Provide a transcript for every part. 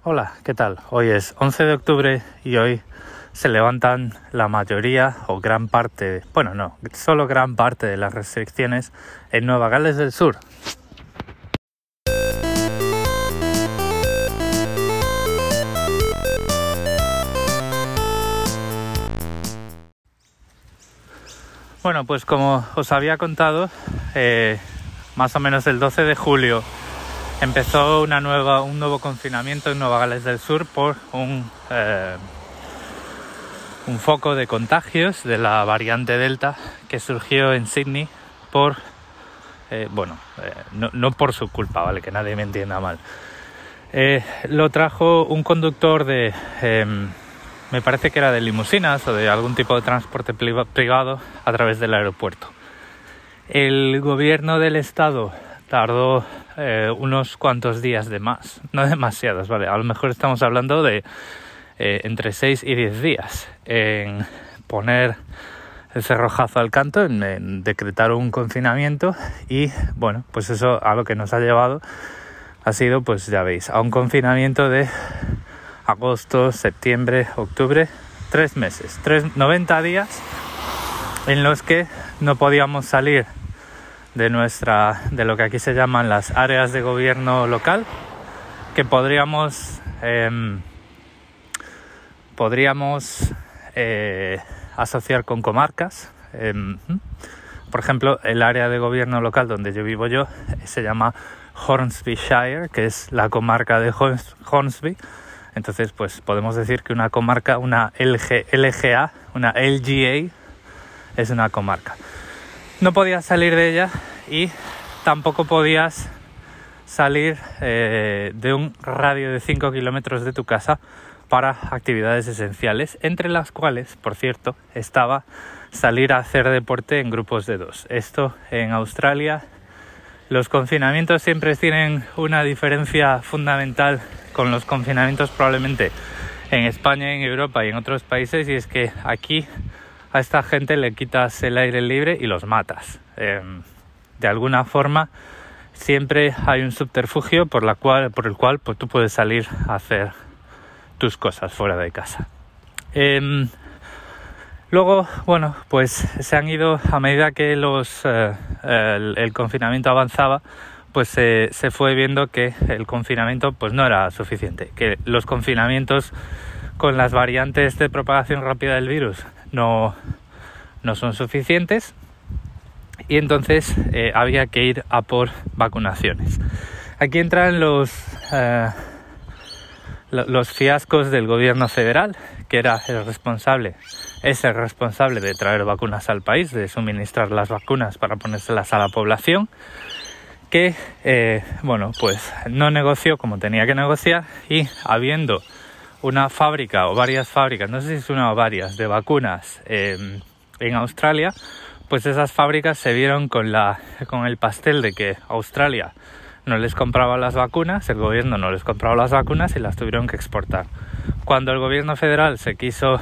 Hola, ¿qué tal? Hoy es 11 de octubre y hoy se levantan la mayoría o gran parte, bueno no, solo gran parte de las restricciones en Nueva Gales del Sur. Bueno, pues como os había contado, más o menos el 12 de julio empezó un nuevo confinamiento en Nueva Gales del Sur por un foco de contagios de la variante Delta que surgió en Sydney por, no por su culpa, ¿vale? Que nadie me entienda mal. Lo trajo un conductor de, me parece que era de limusinas o de algún tipo de transporte privado a través del aeropuerto. El gobierno del estado tardó unos cuantos días de más, no demasiados, ¿vale? A lo mejor estamos hablando de entre 6 y 10 días en poner el cerrojazo al canto, en decretar un confinamiento y, bueno, pues eso a lo que nos ha llevado ha sido, pues ya veis, a un confinamiento de agosto, septiembre, octubre, 3 meses, 90 días en los que no podíamos salir de lo que aquí se llaman las áreas de gobierno local, que podríamos asociar con comarcas. Por ejemplo, el área de gobierno local donde yo vivo se llama Hornsby-shire, que es la comarca de Hornsby. Entonces, pues podemos decir que una comarca, una LGA, una LGA, es una comarca. No podías salir de ella y tampoco podías salir de un radio de 5 kilómetros de tu casa para actividades esenciales, entre las cuales, por cierto, estaba salir a hacer deporte en grupos de 2. Esto en Australia, los confinamientos siempre tienen una diferencia fundamental con los confinamientos probablemente en España, en Europa y en otros países, y es que aquí a esta gente le quitas el aire libre y los matas. De alguna forma siempre hay un subterfugio por el cual pues, tú puedes salir a hacer tus cosas fuera de casa. Luego, bueno, pues se han ido, a medida que el confinamiento avanzaba, pues se fue viendo que el confinamiento pues no era suficiente, que los confinamientos con las variantes de propagación rápida del virus no son suficientes, y entonces había que ir a por vacunaciones. Aquí entran los fiascos del gobierno federal, que es el responsable de traer vacunas al país, de suministrar las vacunas para ponérselas a la población, que pues no negoció como tenía que negociar, y habiendo una fábrica o varias fábricas, no sé si es una o varias, de vacunas en Australia, pues esas fábricas se vieron con el pastel de que Australia no les compraba las vacunas, el gobierno no les compraba las vacunas y las tuvieron que exportar. Cuando el gobierno federal se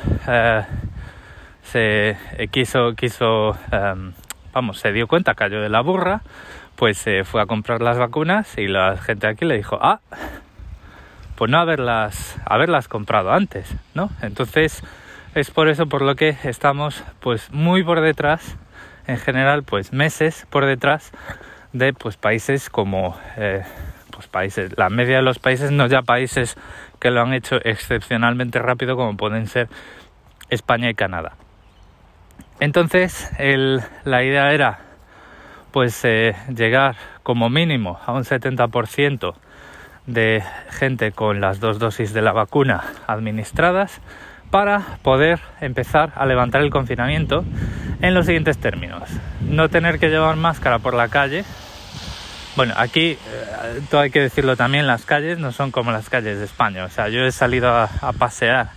dio cuenta, cayó de la burra, pues fue a comprar las vacunas y la gente aquí le dijo, pues no haberlas comprado antes, ¿no? Entonces es por eso por lo que estamos pues muy por detrás, en general pues meses por detrás de pues países como la media de los países, no ya países que lo han hecho excepcionalmente rápido como pueden ser España y Canadá. Entonces la idea era pues llegar como mínimo a un 70% de gente con las 2 dosis de la vacuna administradas para poder empezar a levantar el confinamiento en los siguientes términos: no tener que llevar máscara por la calle. Bueno, aquí todo hay que decirlo también, las calles no son como las calles de España. O sea, yo he salido a pasear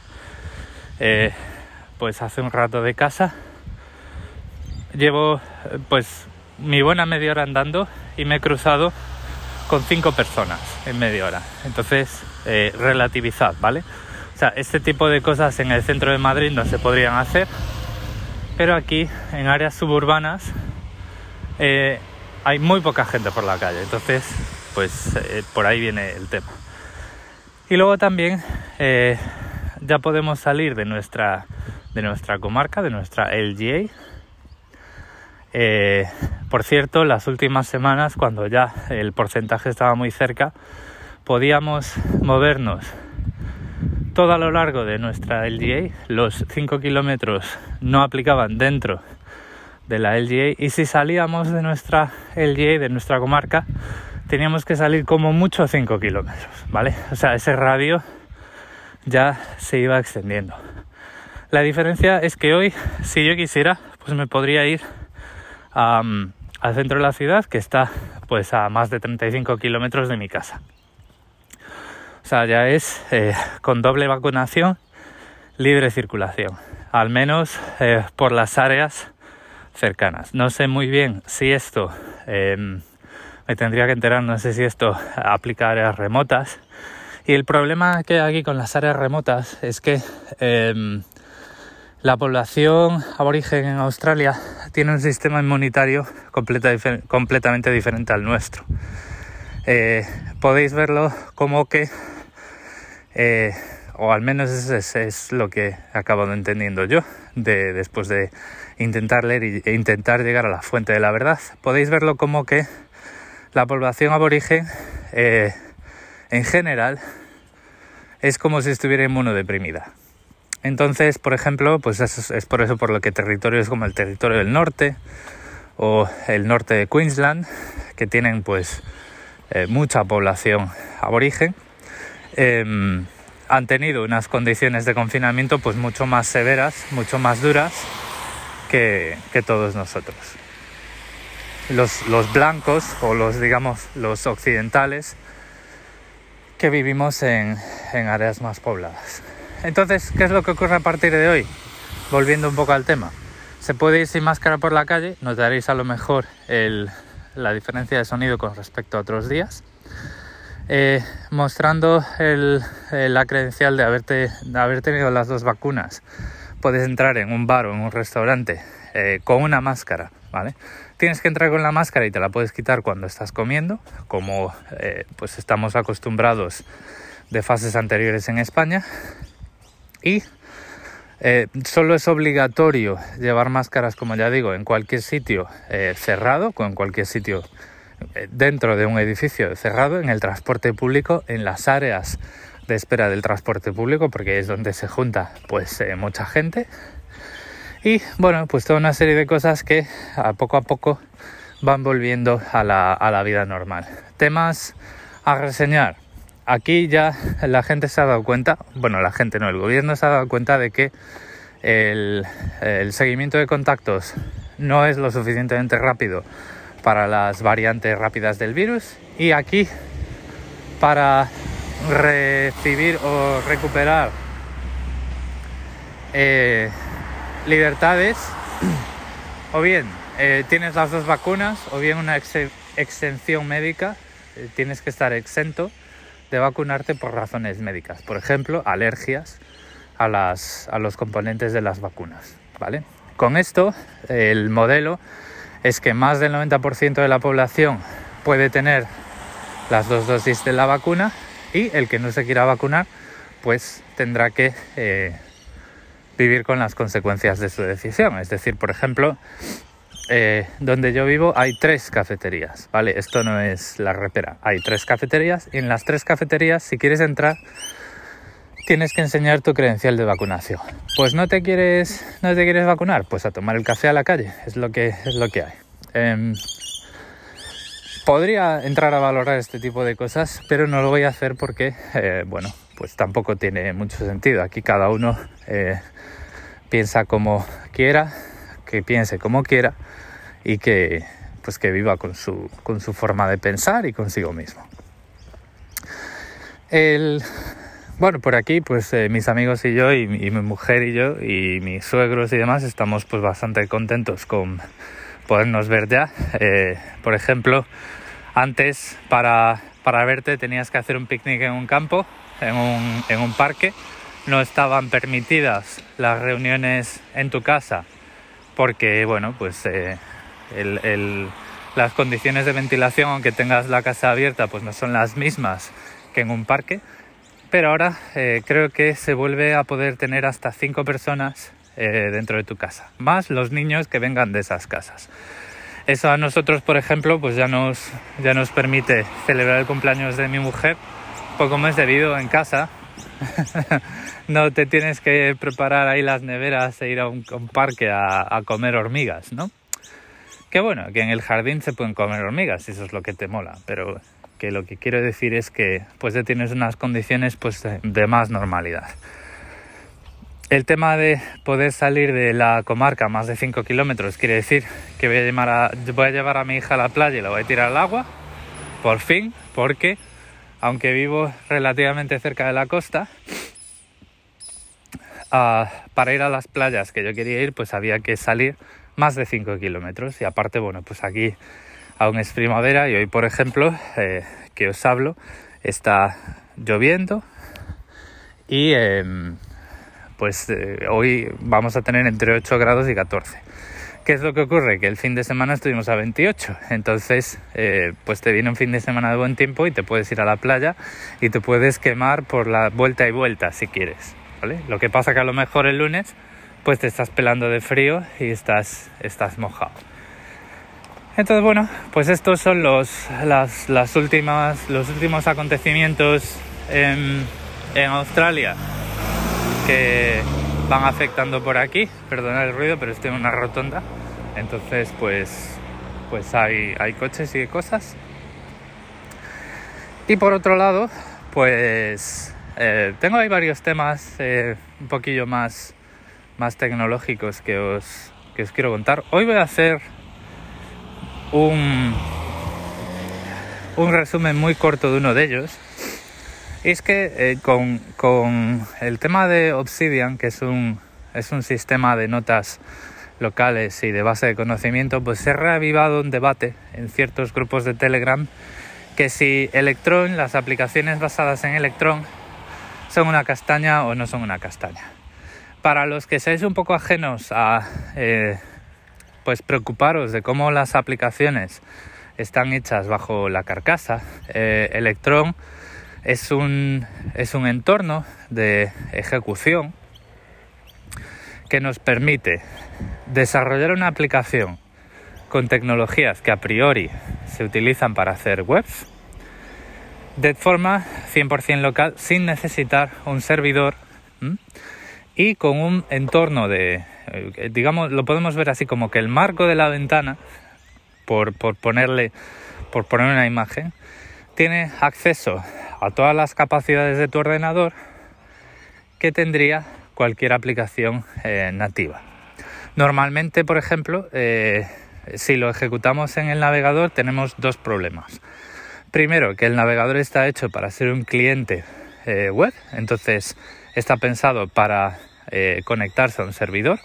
pues hace un rato de casa, llevo pues mi buena media hora andando y me he cruzado con 5 personas en media hora. Entonces, relativizad, ¿vale? O sea, este tipo de cosas en el centro de Madrid no se podrían hacer, pero aquí, en áreas suburbanas, hay muy poca gente por la calle. Entonces, pues por ahí viene el tema. Y luego también ya podemos salir de nuestra comarca, de nuestra LGA. Por cierto, las últimas semanas, cuando ya el porcentaje estaba muy cerca, podíamos movernos todo a lo largo de nuestra LGA. Los 5 kilómetros no aplicaban dentro de la LGA, y si salíamos de nuestra LGA, de nuestra comarca, teníamos que salir como mucho 5 kilómetros, ¿vale? O sea, ese radio ya se iba extendiendo. La diferencia es que hoy, si yo quisiera, pues me podría ir al centro de la ciudad, que está pues a más de 35 kilómetros de mi casa. O sea, ya es con doble vacunación, libre circulación, al menos por las áreas cercanas. No sé muy bien si esto, me tendría que enterar, no sé si esto aplica a áreas remotas. Y el problema que hay aquí con las áreas remotas es que la población aborigen en Australia tiene un sistema inmunitario completamente diferente al nuestro. Podéis verlo como que, o al menos es lo que he acabado entendiendo yo, después de intentar leer e intentar llegar a la fuente de la verdad. Podéis verlo como que la población aborigen, en general, es como si estuviera inmunodeprimida. Entonces, por ejemplo, pues es por eso por lo que territorios como el territorio del norte o el norte de Queensland, que tienen pues mucha población aborigen, han tenido unas condiciones de confinamiento pues mucho más severas, mucho más duras que todos nosotros. Los blancos o los occidentales que vivimos en áreas más pobladas. Entonces, ¿qué es lo que ocurre a partir de hoy? Volviendo un poco al tema. Se puede ir sin máscara por la calle, notaréis a lo mejor la diferencia de sonido con respecto a otros días. Mostrando la credencial de haber tenido las 2 vacunas, puedes entrar en un bar o en un restaurante con una máscara, ¿vale? Tienes que entrar con la máscara y te la puedes quitar cuando estás comiendo, como pues estamos acostumbrados de fases anteriores en España. Y solo es obligatorio llevar máscaras, como ya digo, en cualquier sitio cerrado, en cualquier sitio dentro de un edificio cerrado, en el transporte público, en las áreas de espera del transporte público, porque es donde se junta pues mucha gente. Y bueno, pues toda una serie de cosas que a poco van volviendo a la vida normal. Temas a reseñar. Aquí ya la gente se ha dado cuenta, bueno, la gente no, el gobierno se ha dado cuenta de que el seguimiento de contactos no es lo suficientemente rápido para las variantes rápidas del virus, y aquí para recibir o recuperar libertades, o bien tienes las 2 vacunas o bien una exención médica, tienes que estar exento de vacunarte por razones médicas, por ejemplo, alergias a los componentes de las vacunas, ¿vale? Con esto, el modelo es que más del 90% de la población puede tener las 2 dosis de la vacuna, y el que no se quiera vacunar pues tendrá que vivir con las consecuencias de su decisión. Es decir, por ejemplo, donde yo vivo hay 3 cafeterías, ¿vale? Esto no es la repera, hay 3 cafeterías, y en las 3 cafeterías, si quieres entrar, tienes que enseñar tu credencial de vacunación. Pues no te quieres vacunar, pues a tomar el café a la calle, es lo que hay. Podría entrar a valorar este tipo de cosas, pero no lo voy a hacer porque, bueno, pues tampoco tiene mucho sentido. Aquí cada uno piensa como quiera, que piense como quiera, y que viva con su forma de pensar y consigo mismo. Bueno, por aquí pues mis amigos y yo, y mi mujer y yo, y mis suegros y demás, estamos pues bastante contentos con podernos ver ya. Por ejemplo, antes para verte tenías que hacer un picnic en un campo, en un parque. No estaban permitidas las reuniones en tu casa porque, bueno, pues las condiciones de ventilación, aunque tengas la casa abierta, pues no son las mismas que en un parque. pero ahora creo que se vuelve a poder tener hasta 5 personas dentro de tu casa, más los niños que vengan de esas casas. Eso a nosotros, por ejemplo, pues ya nos permite celebrar el cumpleaños de mi mujer, pues como es debido en casa. No te tienes que preparar ahí las neveras e ir a un parque a comer hormigas, ¿no? Que bueno, que en el jardín se pueden comer hormigas, si eso es lo que te mola, pero que lo que quiero decir es que pues ya tienes unas condiciones pues de más normalidad. El tema de poder salir de la comarca más de 5 kilómetros quiere decir que voy a llevar a mi hija a la playa y la voy a tirar al agua, por fin, porque aunque vivo relativamente cerca de la costa, para ir a las playas que yo quería ir, pues había que salir más de 5 kilómetros. Y aparte, bueno, pues aquí aún es primavera y hoy, por ejemplo, que os hablo, está lloviendo y hoy vamos a tener entre 8 grados y 14. ¿Qué es lo que ocurre? Que el fin de semana estuvimos a 28, entonces pues te viene un fin de semana de buen tiempo y te puedes ir a la playa y te puedes quemar por la vuelta y vuelta si quieres, ¿vale? Lo que pasa que a lo mejor el lunes pues te estás pelando de frío y estás mojado. Entonces bueno, pues estos son los últimos acontecimientos en Australia que van afectando por aquí. Perdonad el ruido, pero estoy en una rotonda, entonces pues hay coches y cosas. Y por otro lado, pues tengo ahí varios temas un poquillo más tecnológicos que os quiero contar. Hoy voy a hacer un resumen muy corto de uno de ellos. Y es que con el tema de Obsidian, que es un sistema de notas locales y de base de conocimiento, pues se ha reavivado un debate en ciertos grupos de Telegram que si Electron, las aplicaciones basadas en Electron, son una castaña o no son una castaña. Para los que seáis un poco ajenos a pues preocuparos de cómo las aplicaciones están hechas bajo la carcasa, Electron es un entorno de ejecución que nos permite desarrollar una aplicación con tecnologías que a priori se utilizan para hacer webs de forma 100% local, sin necesitar un servidor, y con un entorno digamos, lo podemos ver así como que el marco de la ventana, por poner una imagen, tiene acceso a todas las capacidades de tu ordenador que tendría cualquier aplicación nativa. Normalmente, por ejemplo, si lo ejecutamos en el navegador, tenemos dos problemas. Primero, que el navegador está hecho para ser un cliente web, entonces está pensado para conectarse a un servidor,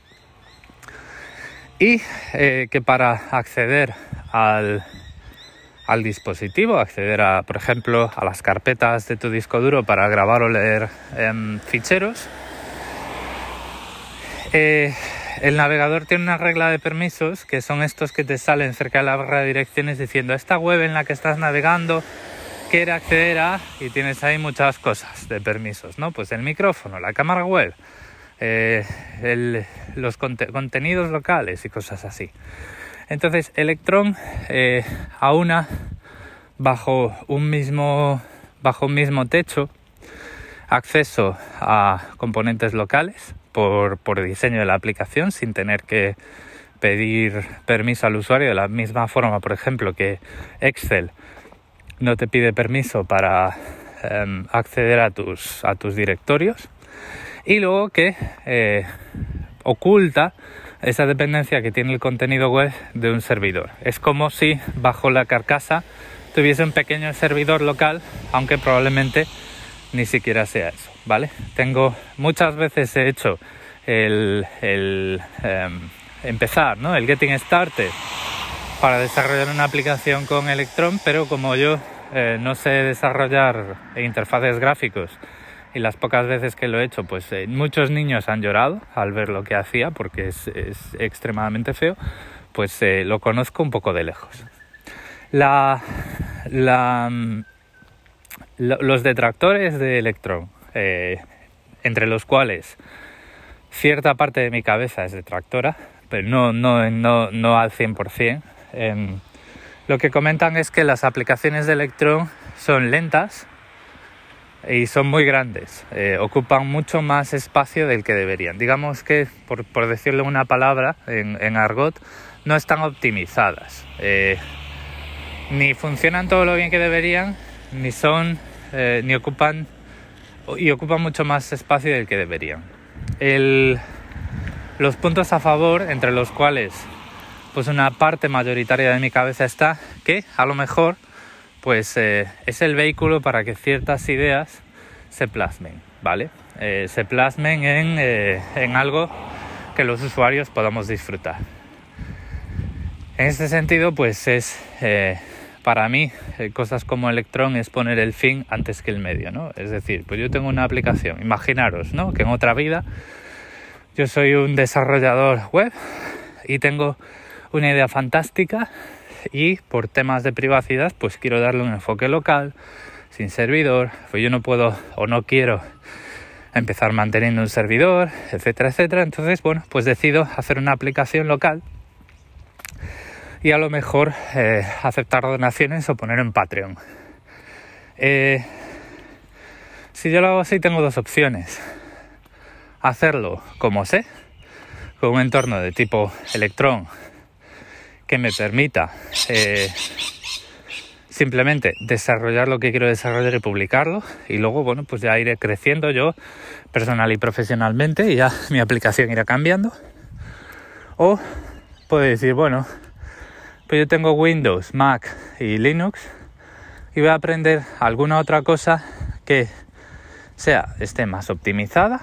y que para acceder al dispositivo, acceder a, por ejemplo, a las carpetas de tu disco duro para grabar o leer ficheros, el navegador tiene una regla de permisos que son estos que te salen cerca de la barra de direcciones diciendo esta web en la que estás navegando quiere acceder a, y tienes ahí muchas cosas de permisos, ¿no? Pues el micrófono, la cámara web, los contenidos locales y cosas así. Entonces Electron aúna bajo un mismo techo acceso a componentes locales por diseño de la aplicación, sin tener que pedir permiso al usuario, de la misma forma, por ejemplo, que Excel no te pide permiso para acceder a tus directorios, y luego que oculta esa dependencia que tiene el contenido web de un servidor. Es como si bajo la carcasa tuviese un pequeño servidor local, aunque probablemente ni siquiera sea eso, ¿vale? Muchas veces he hecho empezar, ¿no? El getting started para desarrollar una aplicación con Electron, pero como yo no sé desarrollar interfaces gráficos, y las pocas veces que lo he hecho, pues muchos niños han llorado al ver lo que hacía porque es extremadamente feo, pues lo conozco un poco de lejos. La los detractores de Electron, entre los cuales cierta parte de mi cabeza es detractora, pero no al 100%, lo que comentan es que las aplicaciones de Electron son lentas y son muy grandes, ocupan mucho más espacio del que deberían. Digamos que, por decirle una palabra en argot, no están optimizadas. Ni funcionan todo lo bien que deberían, ni ocupan mucho más espacio del que deberían. Los puntos a favor, entre los cuales pues una parte mayoritaria de mi cabeza está que a lo mejor pues es el vehículo para que ciertas ideas se plasmen, ¿vale? Se plasmen en algo que los usuarios podamos disfrutar. En este sentido, pues es para mí cosas como Electron es poner el fin antes que el medio, ¿no? Es decir, pues yo tengo una aplicación, imaginaros, ¿no? Que en otra vida yo soy un desarrollador web y tengo una idea fantástica y por temas de privacidad pues quiero darle un enfoque local, sin servidor, pues yo no puedo o no quiero empezar manteniendo un servidor, etcétera, etcétera. Entonces, bueno, pues decido hacer una aplicación local y a lo mejor aceptar donaciones o poner en Patreon. Si yo lo hago así, tengo dos opciones: hacerlo como sé, con un entorno de tipo Electron que me permita simplemente desarrollar lo que quiero desarrollar y publicarlo, y luego, bueno, pues ya iré creciendo yo personal y profesionalmente y ya mi aplicación irá cambiando. O puedo decir, bueno, pues yo tengo Windows, Mac y Linux y voy a aprender alguna otra cosa que esté más optimizada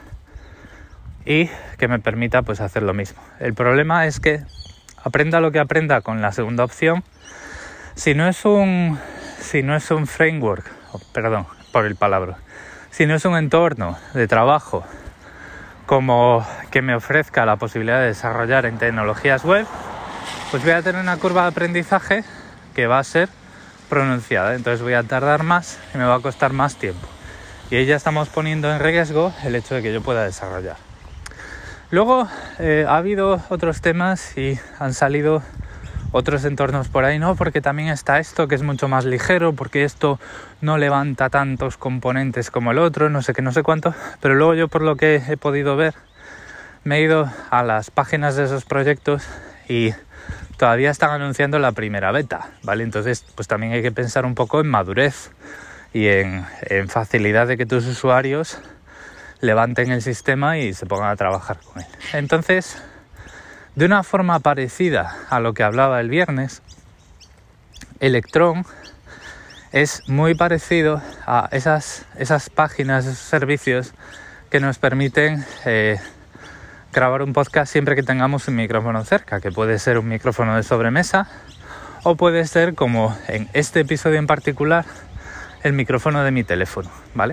y que me permita pues hacer lo mismo. El problema es que aprenda lo que aprenda con la segunda opción, si no es un framework, perdón por el palabra, si no es un entorno de trabajo como que me ofrezca la posibilidad de desarrollar en tecnologías web, pues voy a tener una curva de aprendizaje que va a ser pronunciada. Entonces voy a tardar más y me va a costar más tiempo. Y ahí ya estamos poniendo en riesgo el hecho de que yo pueda desarrollar. Luego ha habido otros temas y han salido otros entornos por ahí, ¿no? Porque también está esto que es mucho más ligero, porque esto no levanta tantos componentes como el otro, no sé qué, no sé cuánto. Pero luego yo, por lo que he podido ver, me he ido a las páginas de esos proyectos y todavía están anunciando la primera beta, ¿vale? Entonces, pues también hay que pensar un poco en madurez y en facilidad de que tus usuarios levanten el sistema y se pongan a trabajar con él. Entonces, de una forma parecida a lo que hablaba el viernes, Electron es muy parecido a esas páginas, esos servicios que nos permiten grabar un podcast siempre que tengamos un micrófono cerca, que puede ser un micrófono de sobremesa o puede ser, como en este episodio en particular, el micrófono de mi teléfono, ¿vale?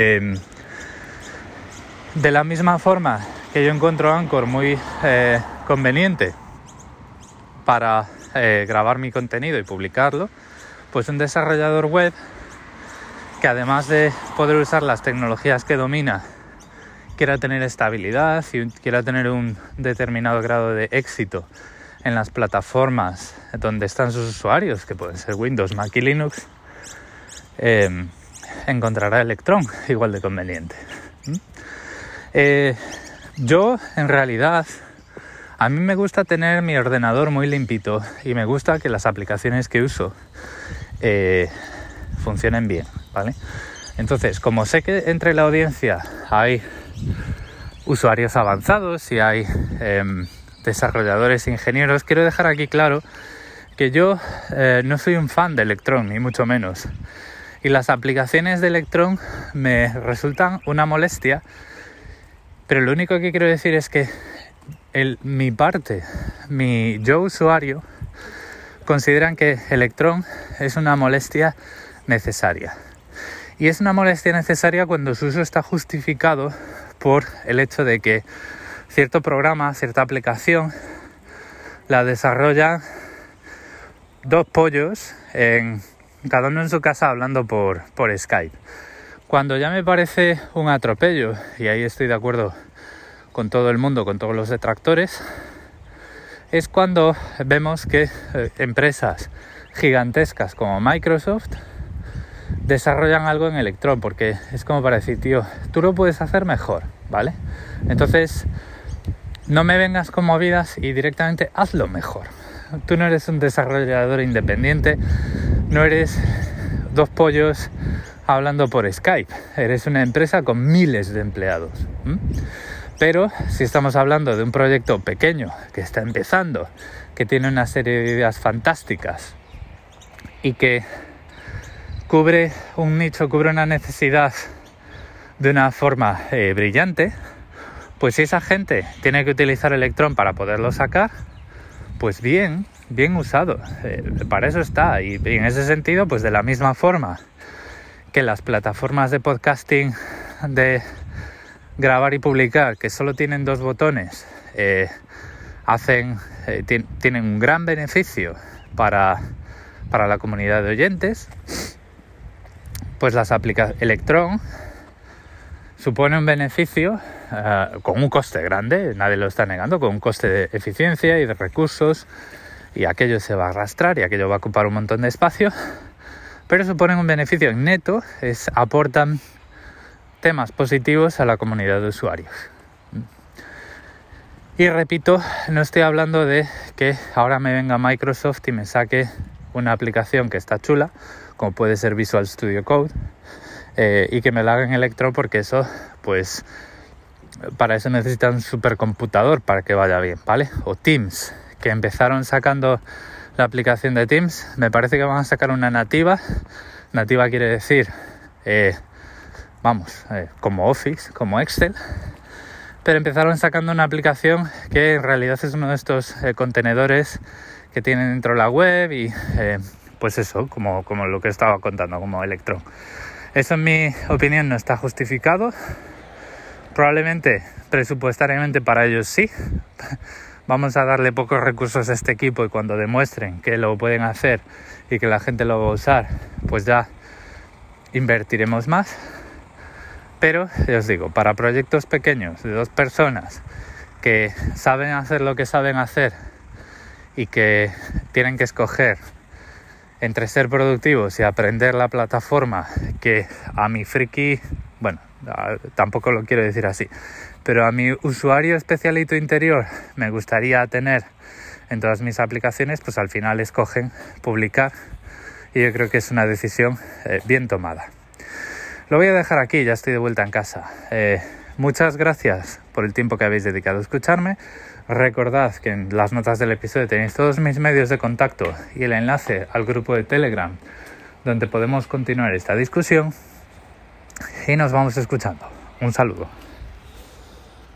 De la misma forma que yo encuentro Anchor muy conveniente para grabar mi contenido y publicarlo, pues un desarrollador web que, además de poder usar las tecnologías que domina, quiera tener estabilidad y quiera tener un determinado grado de éxito en las plataformas donde están sus usuarios, que pueden ser Windows, Mac y Linux, encontrará Electron igual de conveniente. Yo, en realidad, a mí me gusta tener mi ordenador muy limpito y me gusta que las aplicaciones que uso funcionen bien, ¿vale? Entonces, como sé que entre la audiencia hay usuarios avanzados y hay desarrolladores e ingenieros, quiero dejar aquí claro que yo no soy un fan de Electron, ni mucho menos. Y las aplicaciones de Electron me resultan una molestia, pero lo único que quiero decir es que yo usuario, consideran que Electron es una molestia necesaria. Y es una molestia necesaria cuando su uso está justificado por el hecho de que cierto programa, cierta aplicación, la desarrollan dos pollos en cada uno en su casa hablando por Skype. Cuando ya me parece un atropello, y ahí estoy de acuerdo con todo el mundo, con todos los detractores, es cuando vemos que empresas gigantescas como Microsoft desarrollan algo en Electron, porque es como para decir, tío, tú lo puedes hacer mejor, ¿vale? Entonces, no me vengas con movidas y directamente hazlo mejor. Tú no eres un desarrollador independiente, no eres dos pollos hablando por Skype, eres una empresa con miles de empleados. Pero si estamos hablando de un proyecto pequeño que está empezando, que tiene una serie de ideas fantásticas y que cubre un nicho, cubre una necesidad de una forma brillante, pues si esa gente tiene que utilizar Electron para poderlo sacar, pues bien usado, para eso está. Y en ese sentido, pues de la misma forma que las plataformas de podcasting de grabar y publicar, que solo tienen 2 botones, tienen un gran beneficio para la comunidad de oyentes, pues las aplicaciones Electron supone un beneficio con un coste grande, nadie lo está negando, con un coste de eficiencia y de recursos, y aquello se va a arrastrar y aquello va a ocupar un montón de espacio, pero suponen un beneficio en neto, aportan temas positivos a la comunidad de usuarios. Y repito, no estoy hablando de que ahora me venga Microsoft y me saque una aplicación que está chula, como puede ser Visual Studio Code, y que me la haga en Electron, porque eso, pues, para eso necesitan un supercomputador para que vaya bien, ¿vale? O Teams, que empezaron sacando la aplicación de Teams, me parece que van a sacar una nativa. Nativa quiere decir, como Office, como Excel, pero empezaron sacando una aplicación que en realidad es uno de estos contenedores que tienen dentro de la web y pues eso, como lo que estaba contando, como Electron. Eso en mi opinión no está justificado. Probablemente presupuestariamente para ellos sí. Vamos a darle pocos recursos a este equipo y cuando demuestren que lo pueden hacer y que la gente lo va a usar, pues ya invertiremos más. Pero, ya os digo, para proyectos pequeños de 2 personas que saben hacer lo que saben hacer y que tienen que escoger entre ser productivos y aprender la plataforma, que a mi friki, bueno, tampoco lo quiero decir así, pero a mi usuario especialito interior me gustaría tener en todas mis aplicaciones, pues al final escogen publicar, y yo creo que es una decisión bien tomada. Lo voy a dejar aquí, ya estoy de vuelta en casa. Muchas gracias por el tiempo que habéis dedicado a escucharme. Recordad que en las notas del episodio tenéis todos mis medios de contacto y el enlace al grupo de Telegram donde podemos continuar esta discusión, y nos vamos escuchando. Un saludo.